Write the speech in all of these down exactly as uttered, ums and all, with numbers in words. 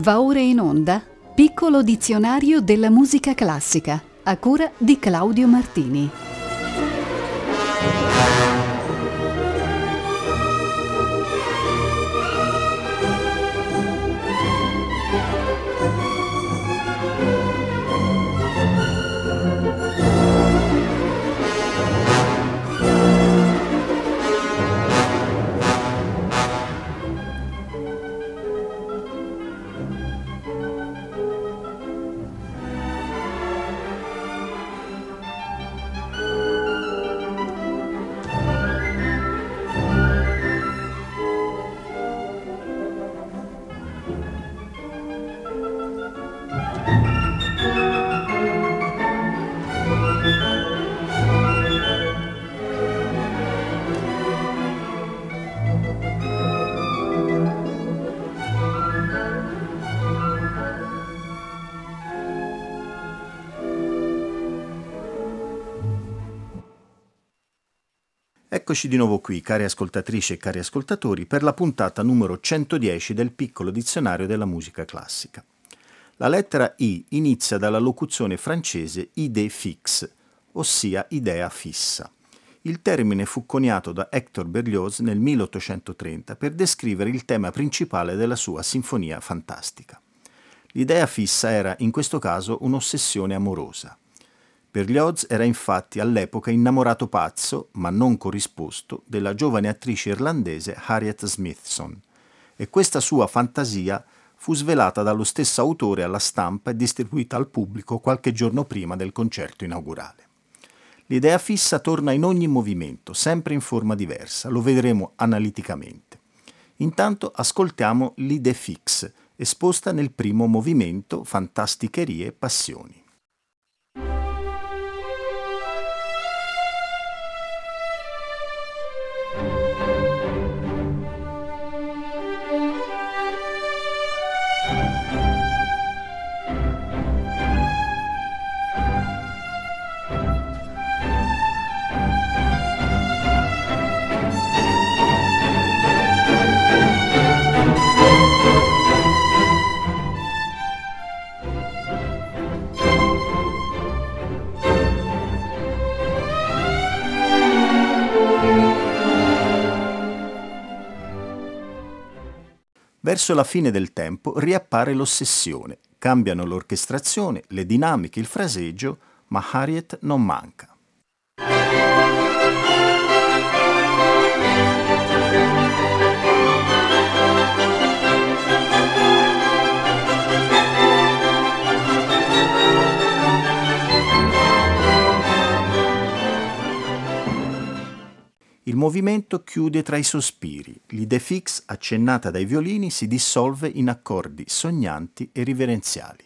Va ora in onda Piccolo dizionario della musica classica, a cura di Claudio Martini. Eccoci di nuovo qui, cari ascoltatrici e cari ascoltatori, per la puntata numero centodieci del Piccolo dizionario della musica classica. La lettera I inizia dalla locuzione francese idée fixe, ossia idea fissa. Il termine fu coniato da Hector Berlioz nel milleottocentotrenta per descrivere il tema principale della sua sinfonia fantastica. L'idea fissa era, in questo caso, un'ossessione amorosa. Berlioz era infatti all'epoca innamorato pazzo, ma non corrisposto, della giovane attrice irlandese Harriet Smithson, e questa sua fantasia fu svelata dallo stesso autore alla stampa e distribuita al pubblico qualche giorno prima del concerto inaugurale. L'idea fissa torna in ogni movimento, sempre in forma diversa, lo vedremo analiticamente. Intanto ascoltiamo l'idée fixe, esposta nel primo movimento Fantasticherie e passioni. Verso la fine del tempo riappare l'ossessione, cambiano l'orchestrazione, le dinamiche, il fraseggio, ma Harriet non manca. Il movimento chiude tra i sospiri, l'idée fixe accennata dai violini si dissolve in accordi sognanti e riverenziali.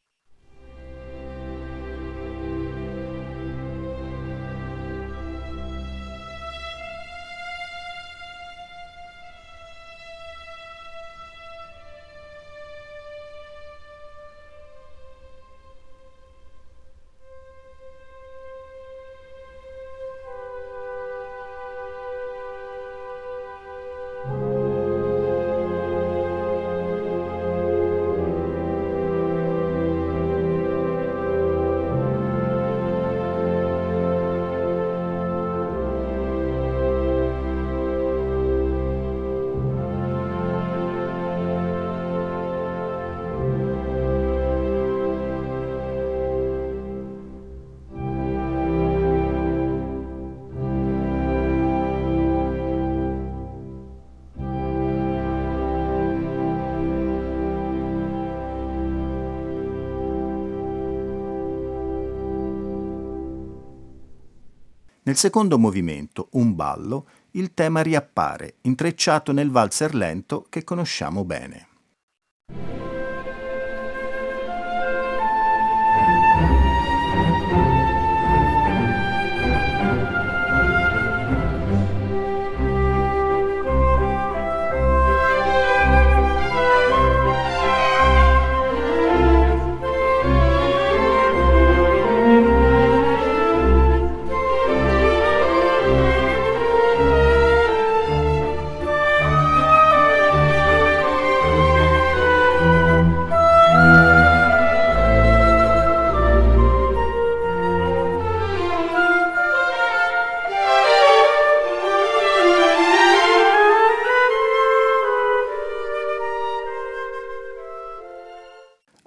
Nel secondo movimento, un ballo, il tema riappare, intrecciato nel valzer lento che conosciamo bene.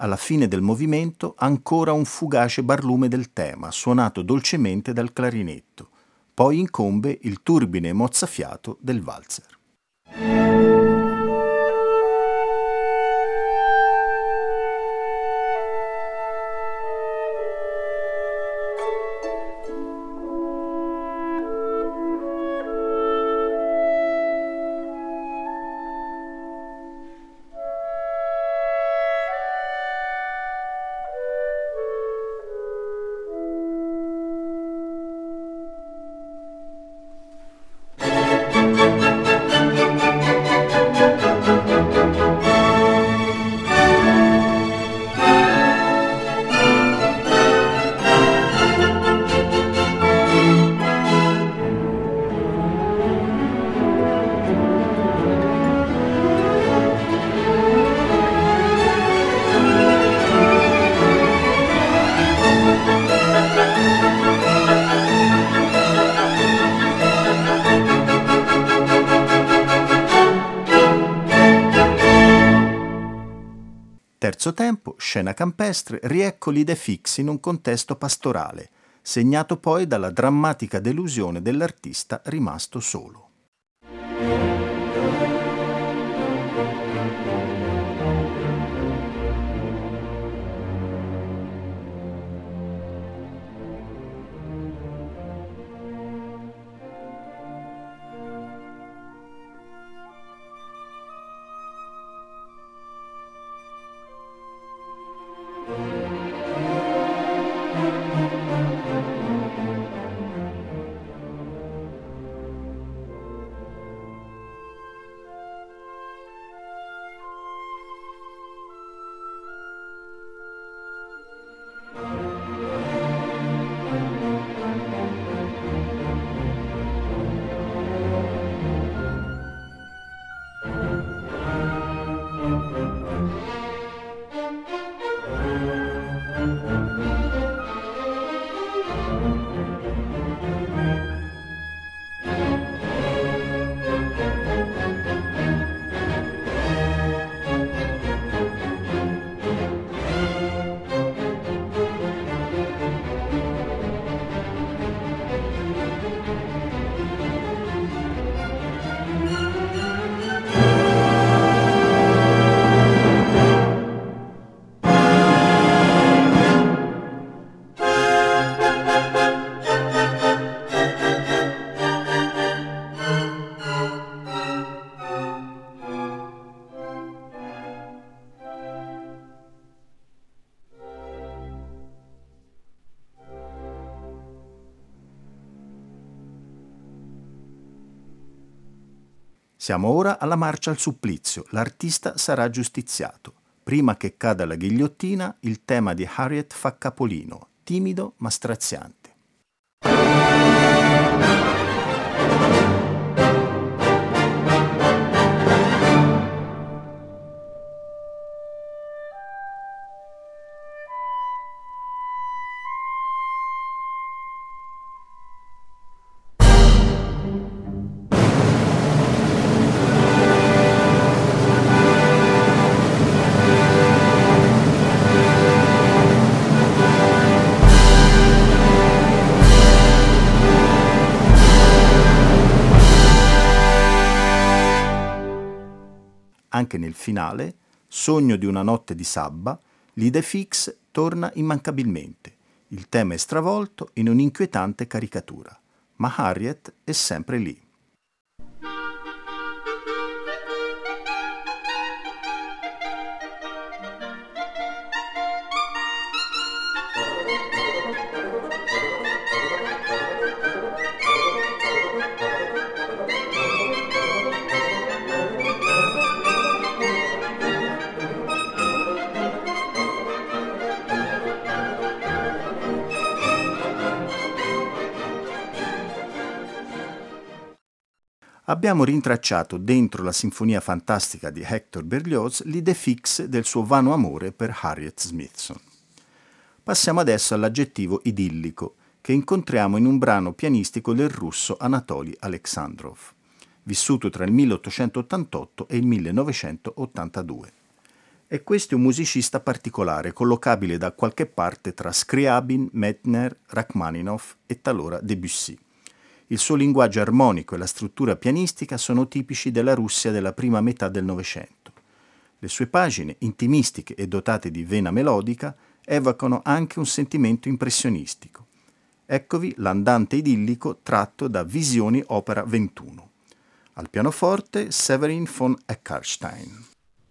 alla fine del movimento, ancora un fugace barlume del tema, suonato dolcemente dal clarinetto. Poi incombe il turbine mozzafiato del valzer. Terzo tempo, scena campestre, rieccoli De Fix in un contesto pastorale, segnato poi dalla drammatica delusione dell'artista rimasto solo. Siamo ora alla marcia al supplizio, l'artista sarà giustiziato. Prima che cada la ghigliottina, il tema di Harriet fa capolino, timido ma straziante. Anche nel finale, Sogno di una notte di sabba, l'Ide Fix torna immancabilmente. Il tema è stravolto in un'inquietante caricatura, ma Harriet è sempre lì. Abbiamo rintracciato dentro la sinfonia fantastica di Hector Berlioz l'idea fix del suo vano amore per Harriet Smithson. Passiamo adesso all'aggettivo idillico, che incontriamo in un brano pianistico del russo Anatoli Alexandrov, vissuto tra il milleottocentottantotto e il millenovecentottantadue. E questo è un musicista particolare, collocabile da qualche parte tra Scriabin, Medtner, Rachmaninoff e talora Debussy. Il suo linguaggio armonico e la struttura pianistica sono tipici della Russia della prima metà del Novecento. Le sue pagine, intimistiche e dotate di vena melodica, evocano anche un sentimento impressionistico. Eccovi l'andante idillico tratto da Visioni opera ventuno. Al pianoforte Severin von Eckarstein.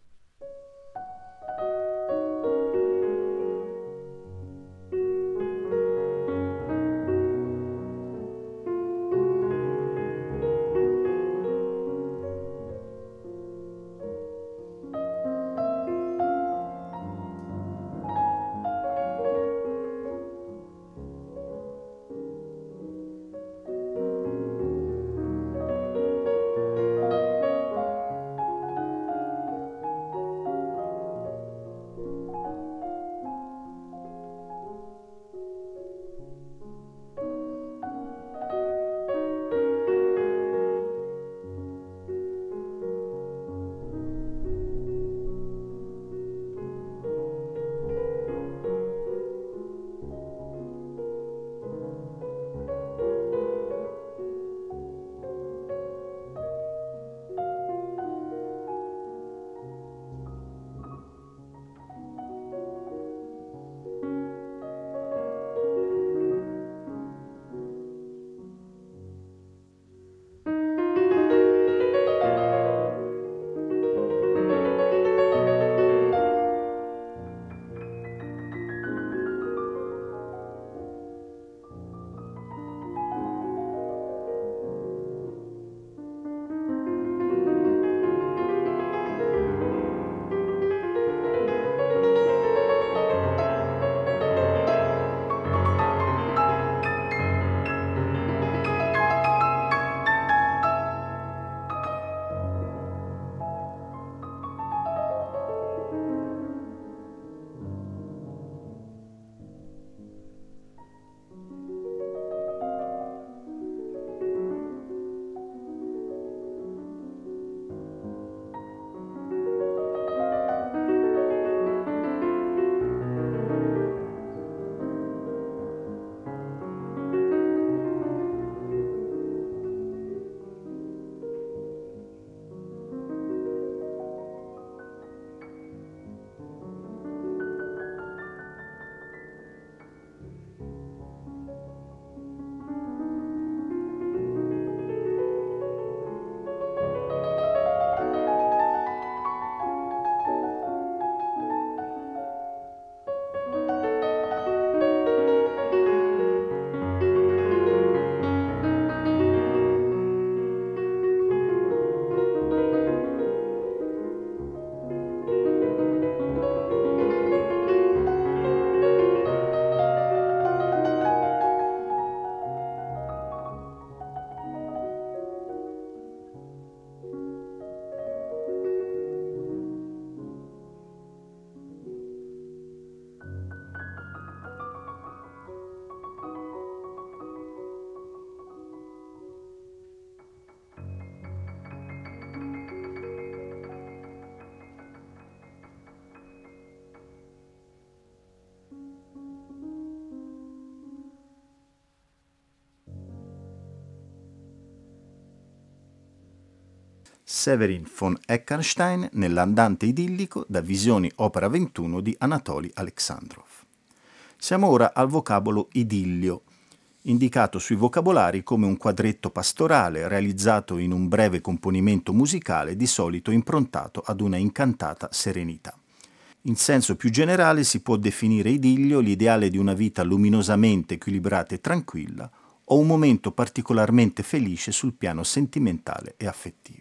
Severin von Eckarstein nell'Andante idillico da Visioni opera ventuno di Anatoli Alexandrov. Siamo ora al vocabolo idillio, indicato sui vocabolari come un quadretto pastorale realizzato in un breve componimento musicale di solito improntato ad una incantata serenità. In senso più generale si può definire idillio l'ideale di una vita luminosamente equilibrata e tranquilla o un momento particolarmente felice sul piano sentimentale e affettivo.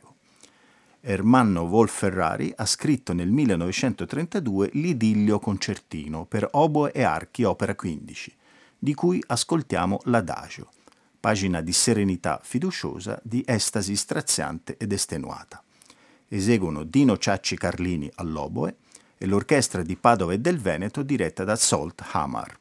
Ermanno Wolf-Ferrari ha scritto nel millenovecentotrentadue l'Idillio concertino per oboe e archi opera quindici, di cui ascoltiamo l'Adagio, pagina di serenità fiduciosa, di estasi straziante ed estenuata. Eseguono Dino Ciacci Carlini all'oboe e l'orchestra di Padova e del Veneto diretta da Zsolt Hamar.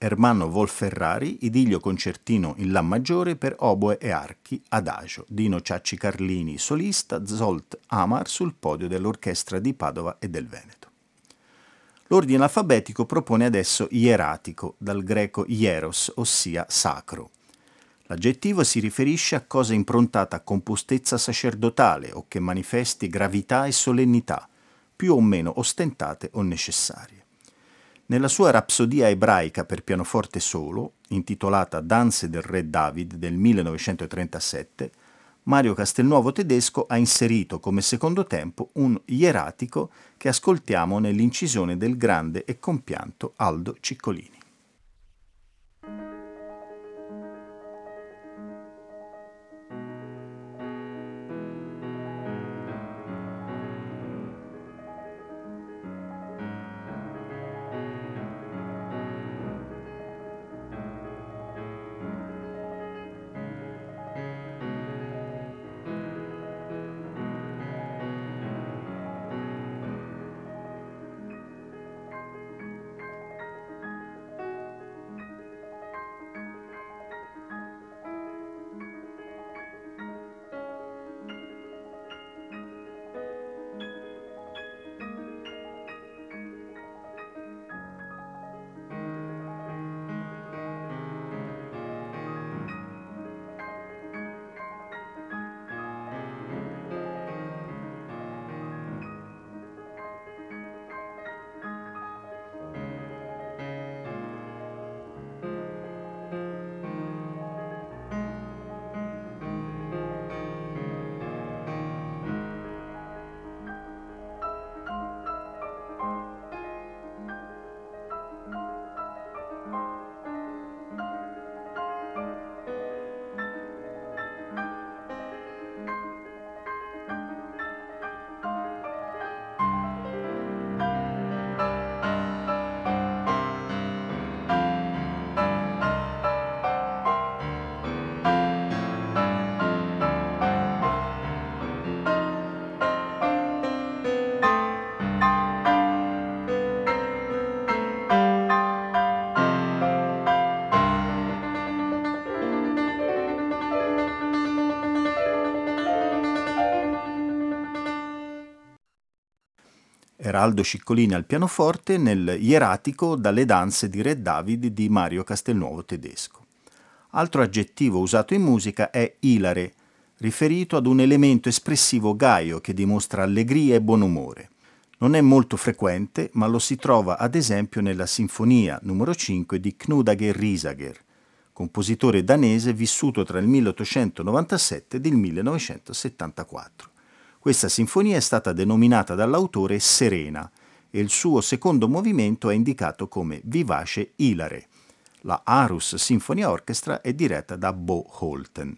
Ermanno Wolferrari, idillio concertino in La maggiore per oboe e archi, adagio, Dino Ciacci Carlini, solista, Zsolt Amar sul podio dell'Orchestra di Padova e del Veneto. L'ordine alfabetico propone adesso ieratico, dal greco hieros, ossia sacro. L'aggettivo si riferisce a cosa improntata a compostezza sacerdotale o che manifesti gravità e solennità, più o meno ostentate o necessarie. Nella sua rapsodia ebraica per pianoforte solo, intitolata Danze del re David del millenovecentotrentasette, Mario Castelnuovo Tedesco ha inserito come secondo tempo un ieratico che ascoltiamo nell'incisione del grande e compianto Aldo Ciccolini. Era Aldo Ciccolini al pianoforte nel ieratico dalle danze di Re David di Mario Castelnuovo Tedesco. Altro aggettivo usato in musica è ilare, riferito ad un elemento espressivo gaio che dimostra allegria e buon umore. Non è molto frequente, ma lo si trova ad esempio nella Sinfonia numero cinque di Knudager Riesager, compositore danese vissuto tra il milleottocentonovantasette e il millenovecentosettantaquattro. Questa sinfonia è stata denominata dall'autore Serena e il suo secondo movimento è indicato come vivace ilare. La Aarhus Symphony Orchestra è diretta da Bo Holten.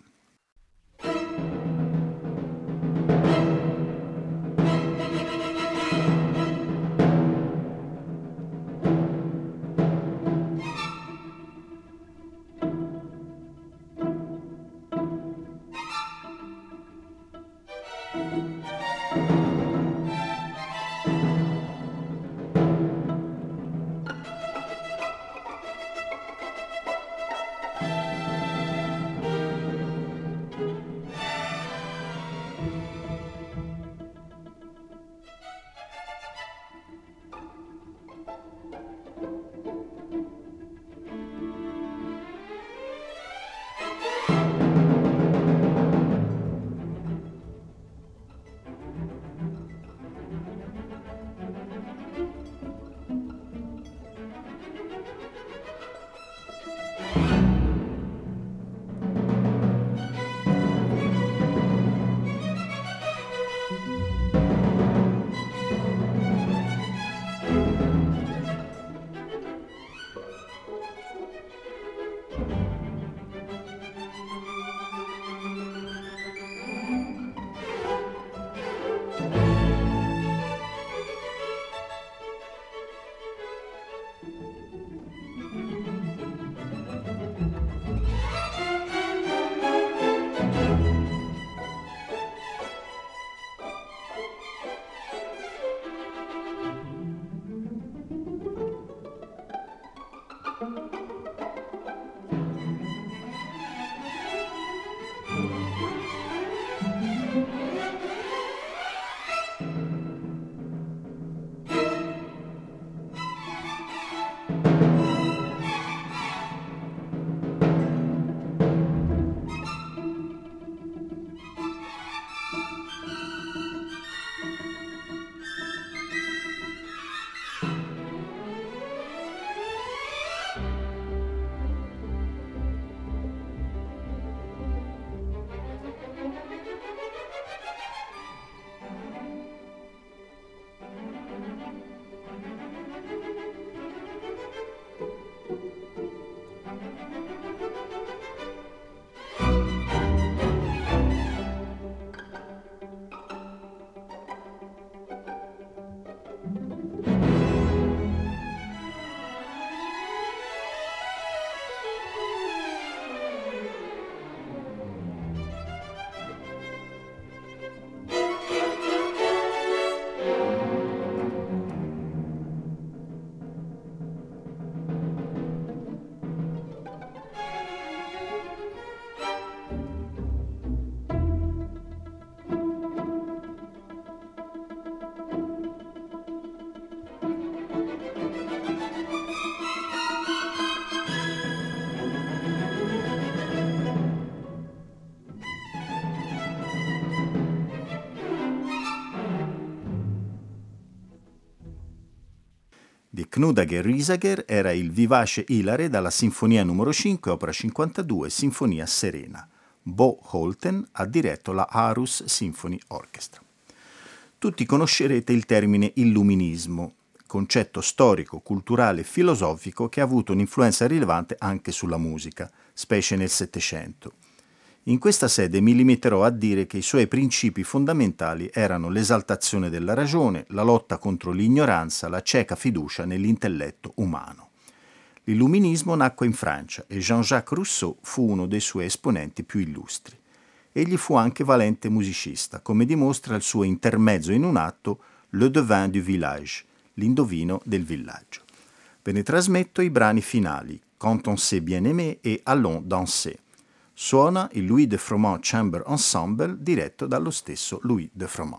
Knudager Riesager era il vivace Ilare dalla Sinfonia numero cinque, opera cinquantadue, Sinfonia Serena. Bo Holten ha diretto la Aarhus Symphony Orchestra. Tutti conoscerete il termine illuminismo, concetto storico, culturale e filosofico che ha avuto un'influenza rilevante anche sulla musica, specie nel Settecento. In questa sede mi limiterò a dire che i suoi principi fondamentali erano l'esaltazione della ragione, la lotta contro l'ignoranza, la cieca fiducia nell'intelletto umano. L'illuminismo nacque in Francia e Jean-Jacques Rousseau fu uno dei suoi esponenti più illustri. Egli fu anche valente musicista, come dimostra il suo intermezzo in un atto Le Devin du Village, l'indovino del villaggio. Ve ne trasmetto i brani finali, Quand on s'est bien aimé e Allons danser. Suona il Louis de Froment Chamber Ensemble diretto dallo stesso Louis de Froment.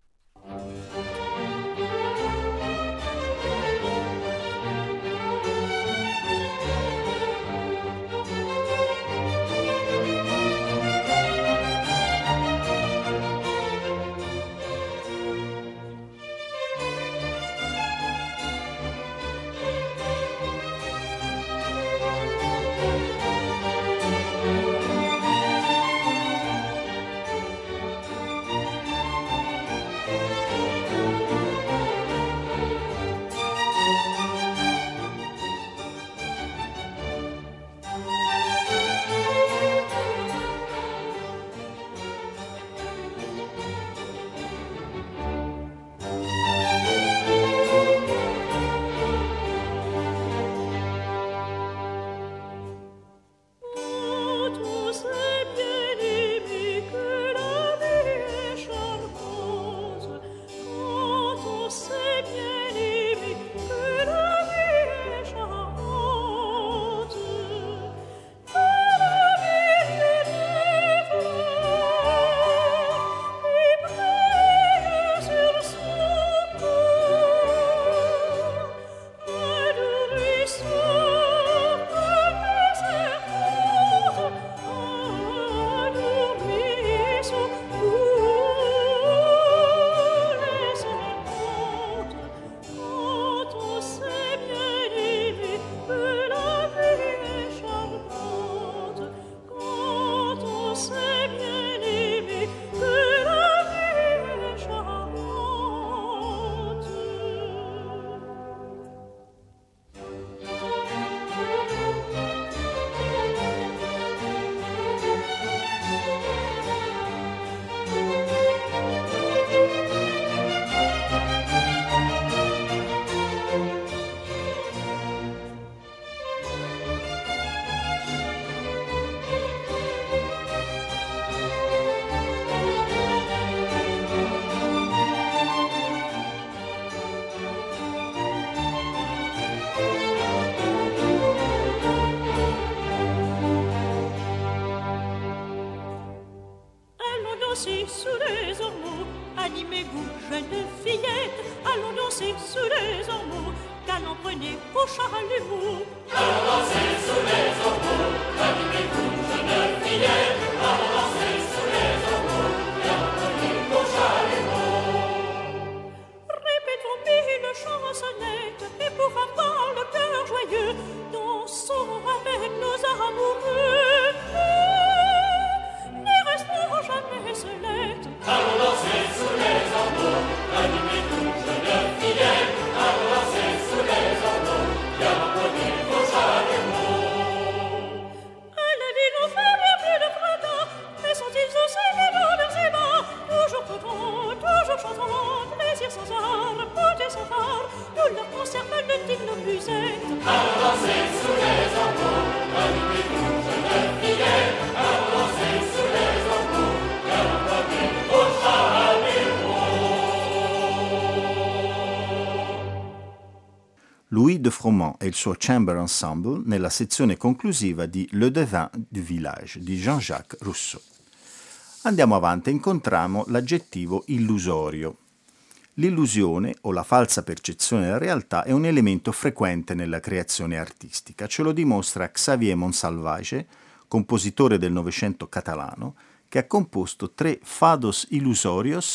Louis de Froment e il suo Chamber Ensemble nella sezione conclusiva di Le Devin du Village di Jean-Jacques Rousseau. Andiamo avanti e incontriamo l'aggettivo illusorio. L'illusione o la falsa percezione della realtà è un elemento frequente nella creazione artistica. Ce lo dimostra Xavier Monsalvage, compositore del Novecento catalano, che ha composto tre fados illusorios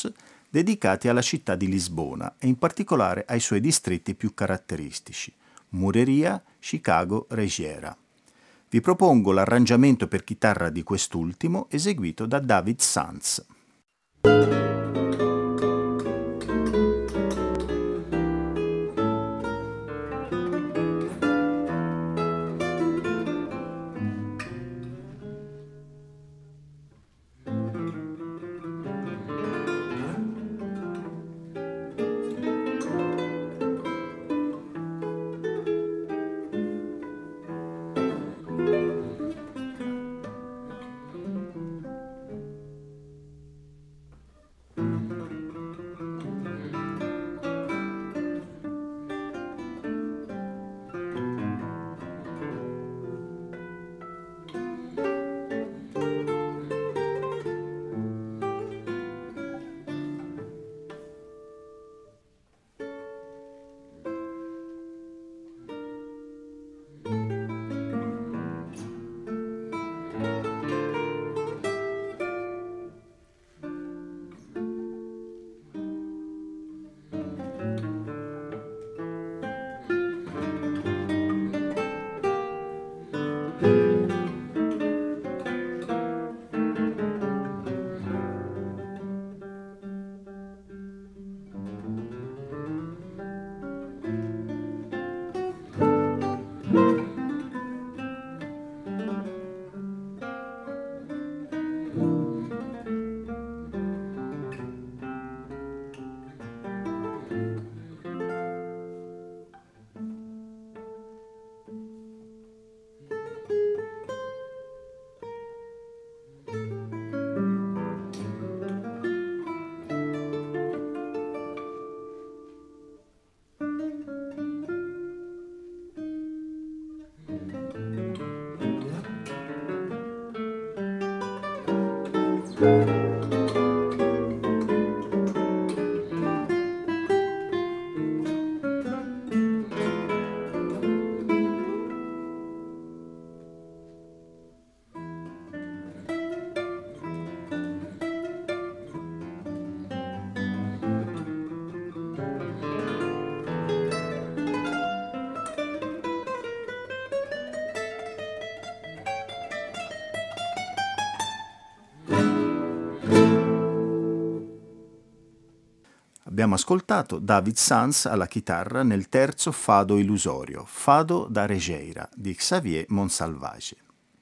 dedicati alla città di Lisbona e in particolare ai suoi distretti più caratteristici, Mureria, Chicago, Regiera. Vi propongo l'arrangiamento per chitarra di quest'ultimo eseguito da David Sanz. Abbiamo ascoltato David Sanz alla chitarra nel terzo Fado illusorio, Fado da Regeira, di Xavier Monsalvage.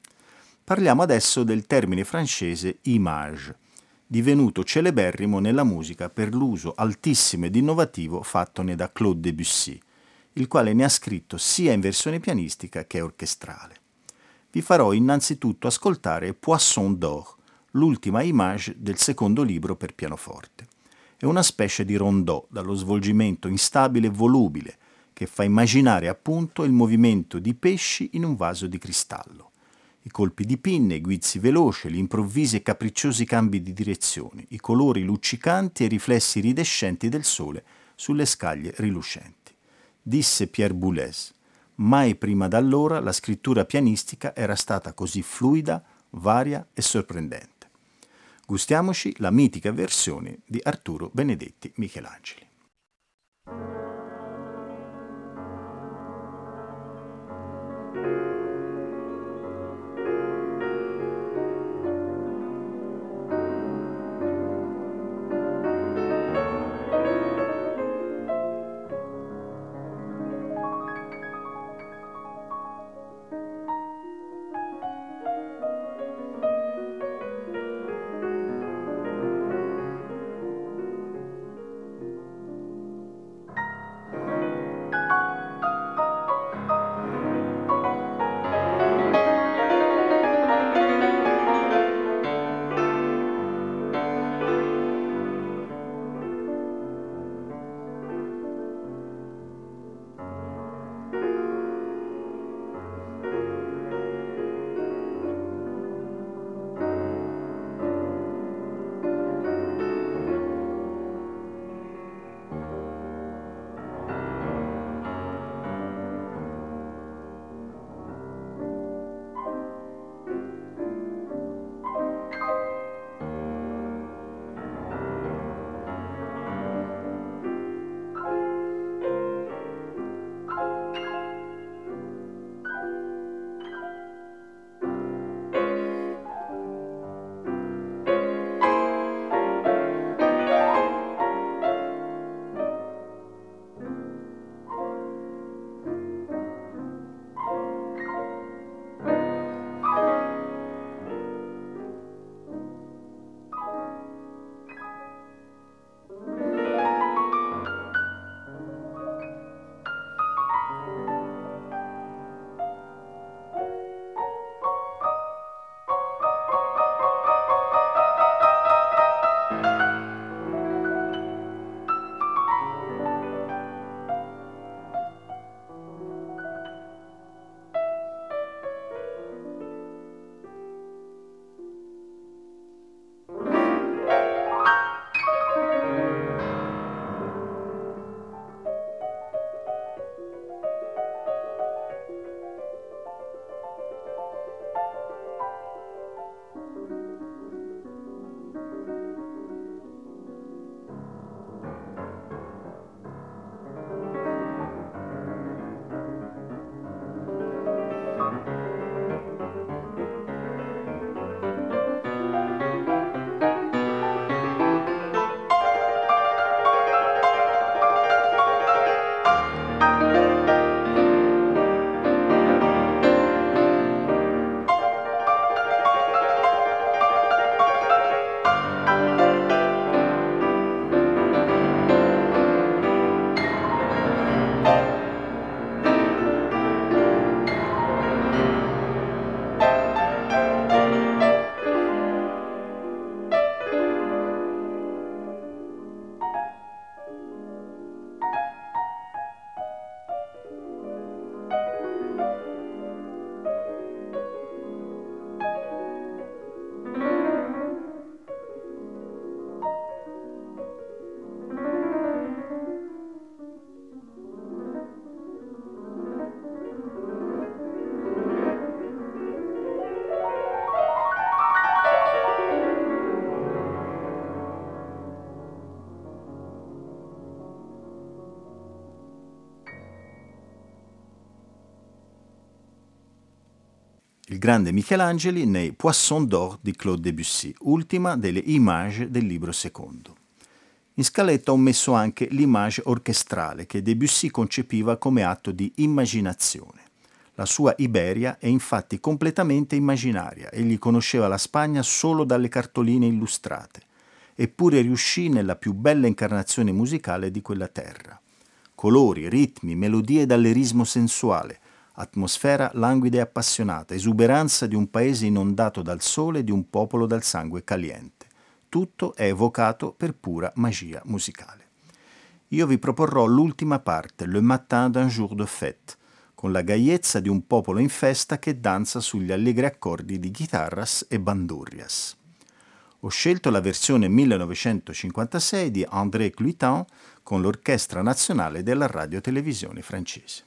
Parliamo adesso del termine francese image, divenuto celeberrimo nella musica per l'uso altissimo ed innovativo fattone da Claude Debussy, il quale ne ha scritto sia in versione pianistica che orchestrale. Vi farò innanzitutto ascoltare Poisson d'Or, l'ultima image del secondo libro per pianoforte. È una specie di rondò dallo svolgimento instabile e volubile che fa immaginare appunto il movimento di pesci in un vaso di cristallo. I colpi di pinne, i guizzi veloci, gli improvvisi e capricciosi cambi di direzione, i colori luccicanti e i riflessi iridescenti del sole sulle scaglie rilucenti. Disse Pierre Boulez, mai prima d'allora la scrittura pianistica era stata così fluida, varia e sorprendente. Gustiamoci la mitica versione di Arturo Benedetti Michelangeli. grande Michelangelo nei Poissons d'Or di Claude Debussy, ultima delle Images del libro secondo. In scaletta ho messo anche l'image orchestrale che Debussy concepiva come atto di immaginazione. La sua Iberia è infatti completamente immaginaria, egli conosceva la Spagna solo dalle cartoline illustrate, eppure riuscì nella più bella incarnazione musicale di quella terra. Colori, ritmi, melodie dall'erismo sensuale, atmosfera languida e appassionata, esuberanza di un paese inondato dal sole e di un popolo dal sangue caliente. Tutto è evocato per pura magia musicale. Io vi proporrò l'ultima parte, Le matin d'un jour de fête, con la gaiezza di un popolo in festa che danza sugli allegri accordi di chitarras e bandurrias. Ho scelto la versione millenovecentocinquantasei di André Cluiton con l'Orchestra Nazionale della Radio-Televisione francese.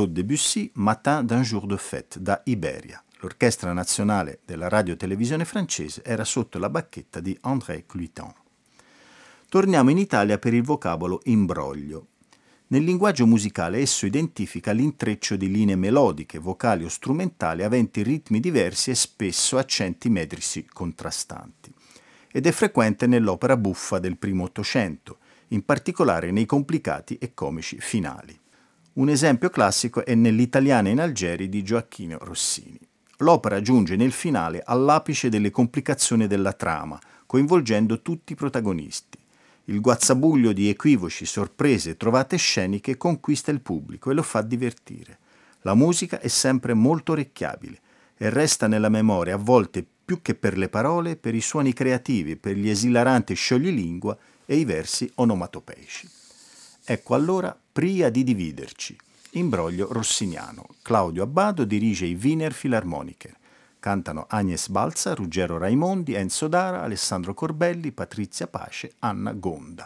Claude Debussy, Matin d'un jour de fête, da Iberia. L'orchestra nazionale della radiotelevisione francese era sotto la bacchetta di André Cluiton. Torniamo in Italia per il vocabolo imbroglio. Nel linguaggio musicale esso identifica l'intreccio di linee melodiche, vocali o strumentali aventi ritmi diversi e spesso accenti metrici contrastanti. Ed è frequente nell'opera buffa del primo Ottocento, in particolare nei complicati e comici finali. Un esempio classico è nell'Italiana in Algeri di Gioacchino Rossini. L'opera giunge nel finale all'apice delle complicazioni della trama, coinvolgendo tutti i protagonisti. Il guazzabuglio di equivoci, sorprese e trovate sceniche conquista il pubblico e lo fa divertire. La musica è sempre molto orecchiabile e resta nella memoria a volte più che per le parole, per i suoni creativi, per gli esilaranti scioglilingua e i versi onomatopeici. Ecco allora Pria di dividerci. Imbroglio rossiniano. Claudio Abbado dirige i Wiener Philharmoniker. Cantano Agnes Balza, Ruggero Raimondi, Enzo Dara, Alessandro Corbelli, Patrizia Pace, Anna Gonda.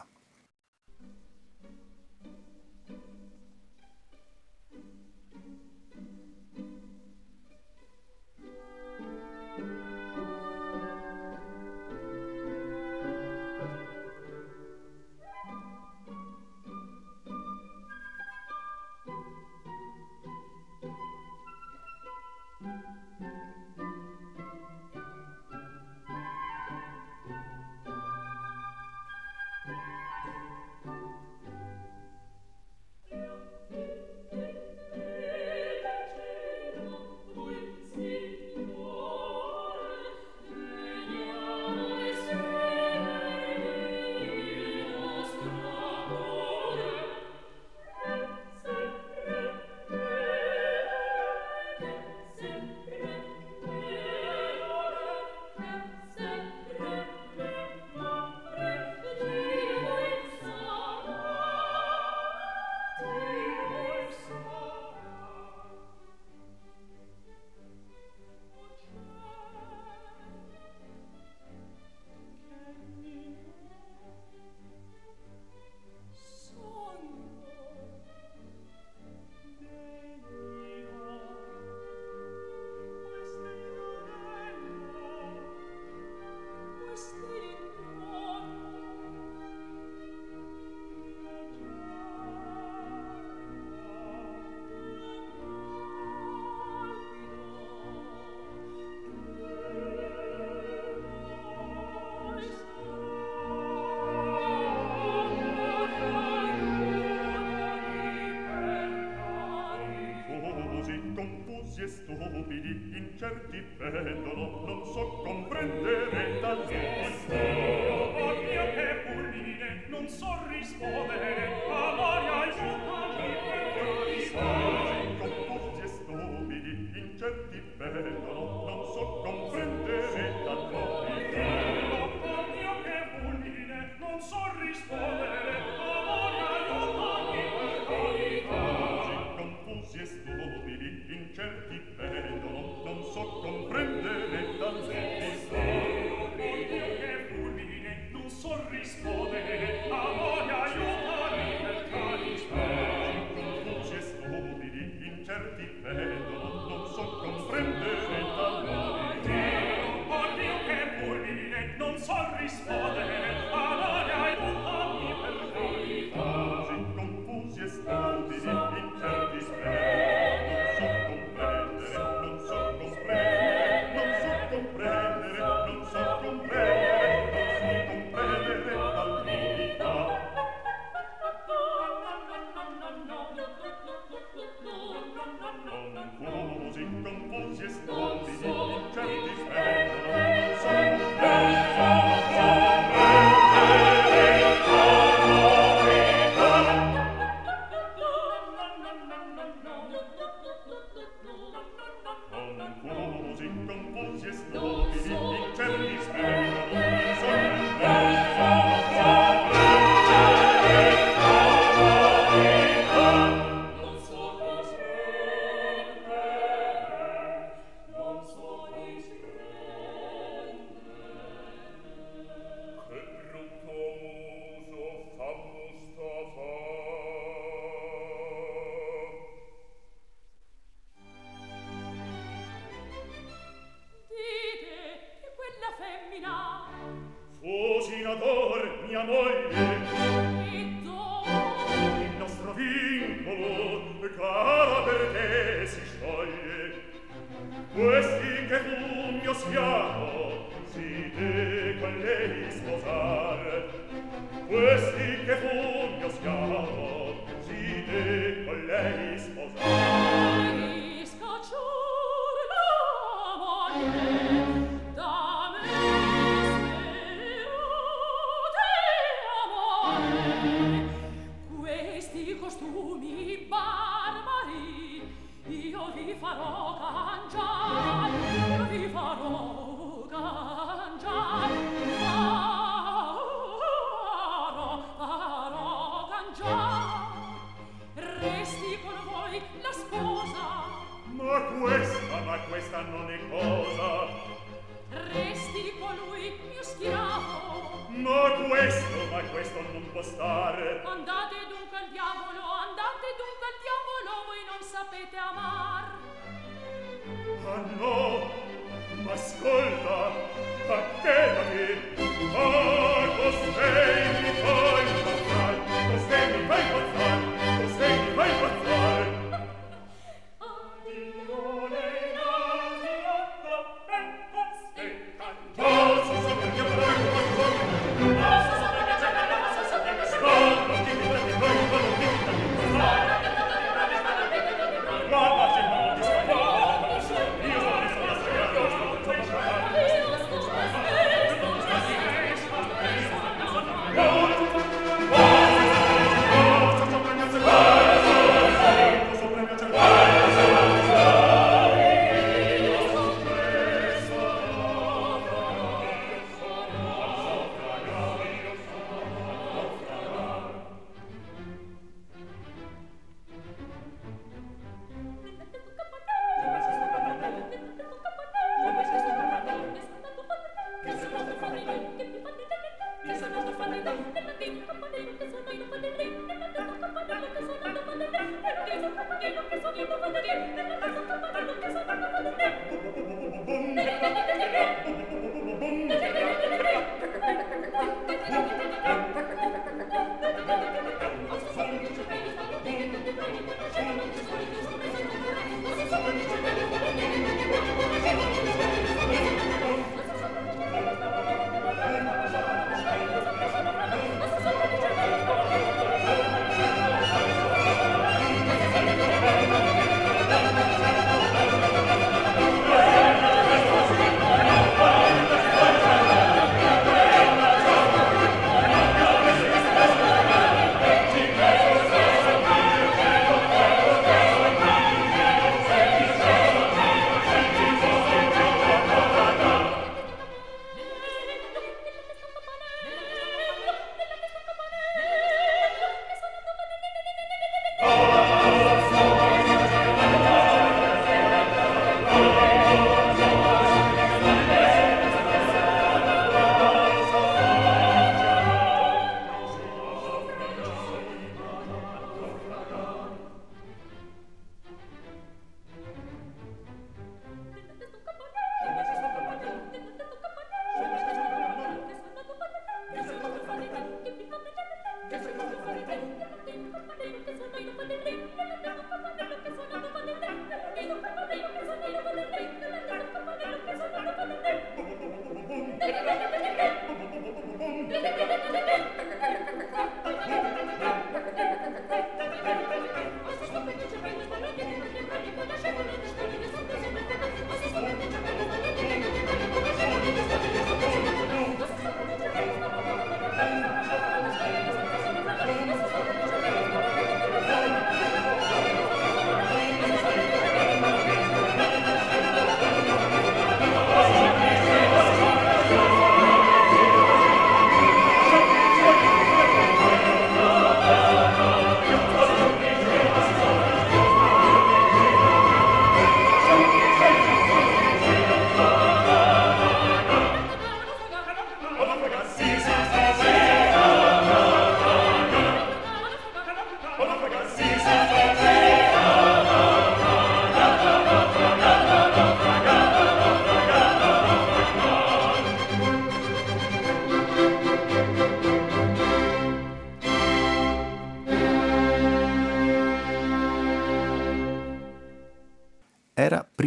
Incerti pendono, non so comprendere tal mistero. Oh mio che fulmine, non so rispondere. Amore aiutami per rispondere. Confusi e stupidi, incerti pendono, non so comprendere tal mistero. Oh mio che fulmine, non so rispondere. Amore aiutami per rispondere. Confusi e stupidi, incerti pendono, non so comprendere tal mistero. Oh Dio che fulmine, non so rispondere. Amore aiutami per carisma. Confusi e stupidi, incerti pendono, non so comprendere tal mistero. Oh Dio che fulmine, non so rispondere. Amore aiutami per carisma. Confusi e stupidi, incerti pendono. mia moglie. E dopo il nostro vincolo, cara, per te si scioglie. Questi che pugno siamo, si te con lei sposar. Questi che pugno siamo, si te con lei sposar. Mi scaccior l'amore da me sperate amore. Questi costumi barbari io vi farò cangiar, vi farò cangiar, farò, farò cangiar. Resti con voi la sposa. Ma questa, ma questa non è cosa. Resti con lui mio schiavo. Ma questo, ma questo non può stare. Andate dunque al diavolo, andate dunque al diavolo, voi non sapete amar. Ah no, ma ascolta, attendati. Ah, costei mi fa impazzar, costei mi fa impazzar, costei mi fa impazzar. Addio lei, addio, e costei cangiar. Oh, so so per mia parola, oh, so so per mia parola, so so per mia parola, non ti mi prendi, non ti mi prendi, non ti mi prendi. Guarda, se non ti sto guardando, io sono messo da strada, io sto messo da strada. Io sto messo da strada, io sto messo da strada.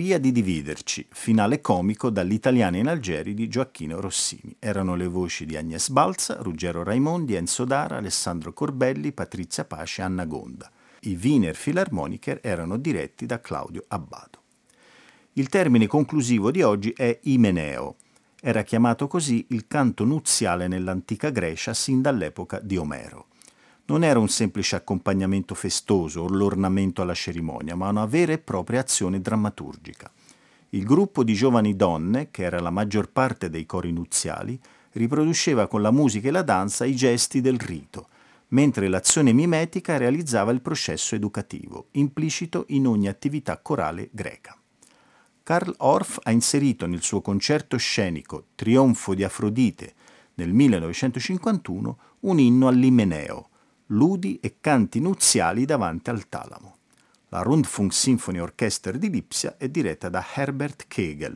via di dividerci, finale comico dall'Italiana in Algeri di Gioacchino Rossini. Erano le voci di Agnès Balza, Ruggero Raimondi, Enzo Dara, Alessandro Corbelli, Patrizia Pace e Anna Gonda. I Wiener Philharmoniker erano diretti da Claudio Abbado. Il termine conclusivo di oggi è Imeneo. Era chiamato così il canto nuziale nell'antica Grecia sin dall'epoca di Omero. Non era un semplice accompagnamento festoso o l'ornamento alla cerimonia, ma una vera e propria azione drammaturgica. Il gruppo di giovani donne, che era la maggior parte dei cori nuziali, riproduceva con la musica e la danza i gesti del rito, mentre l'azione mimetica realizzava il processo educativo, implicito in ogni attività corale greca. Carl Orff ha inserito nel suo concerto scenico Trionfo di Afrodite nel millenovecentocinquantuno un inno all'Imeneo, ludi e canti nuziali davanti al talamo. La Rundfunksymphony-Orchester di Lipsia è diretta da Herbert Kegel.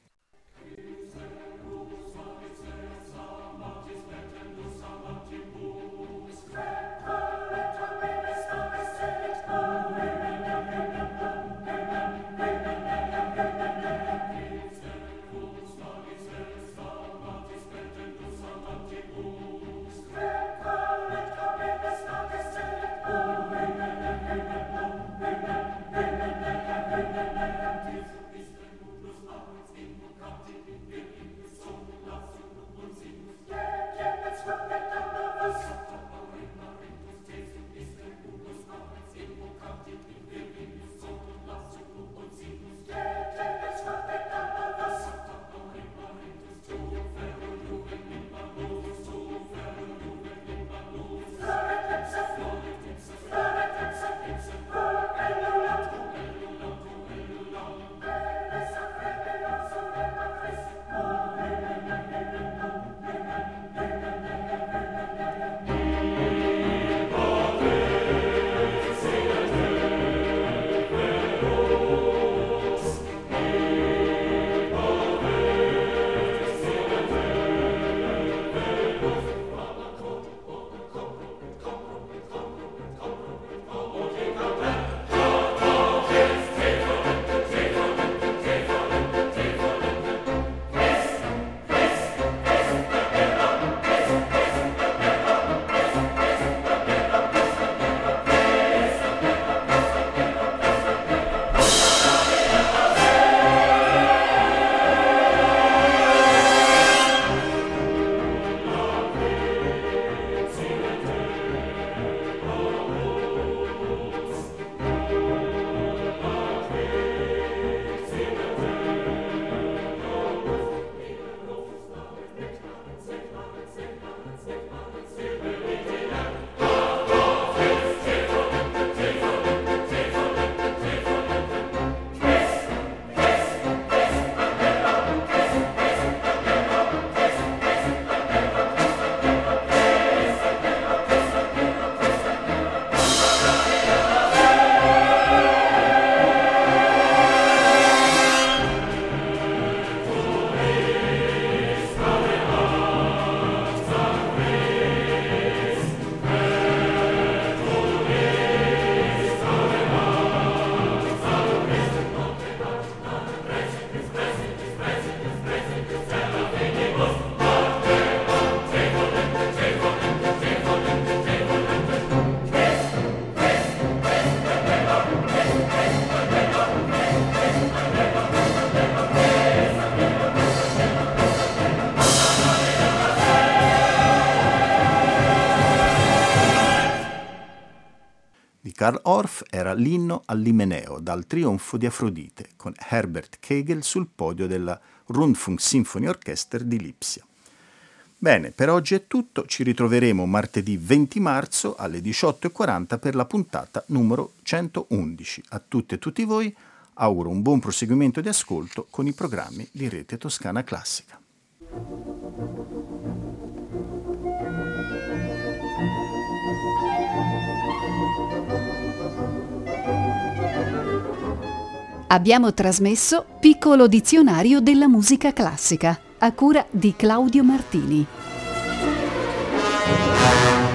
Carl Orff era l'inno all'Imeneo dal Trionfo di Afrodite, con Herbert Kegel sul podio della Rundfunksymphony-Orchester di Lipsia. Bene, per oggi è tutto, ci ritroveremo martedì venti marzo alle diciotto e quaranta per la puntata numero centoundici. A tutte e tutti voi auguro un buon proseguimento di ascolto con i programmi di Rete Toscana Classica. Abbiamo trasmesso Piccolo dizionario della musica classica, a cura di Claudio Martini.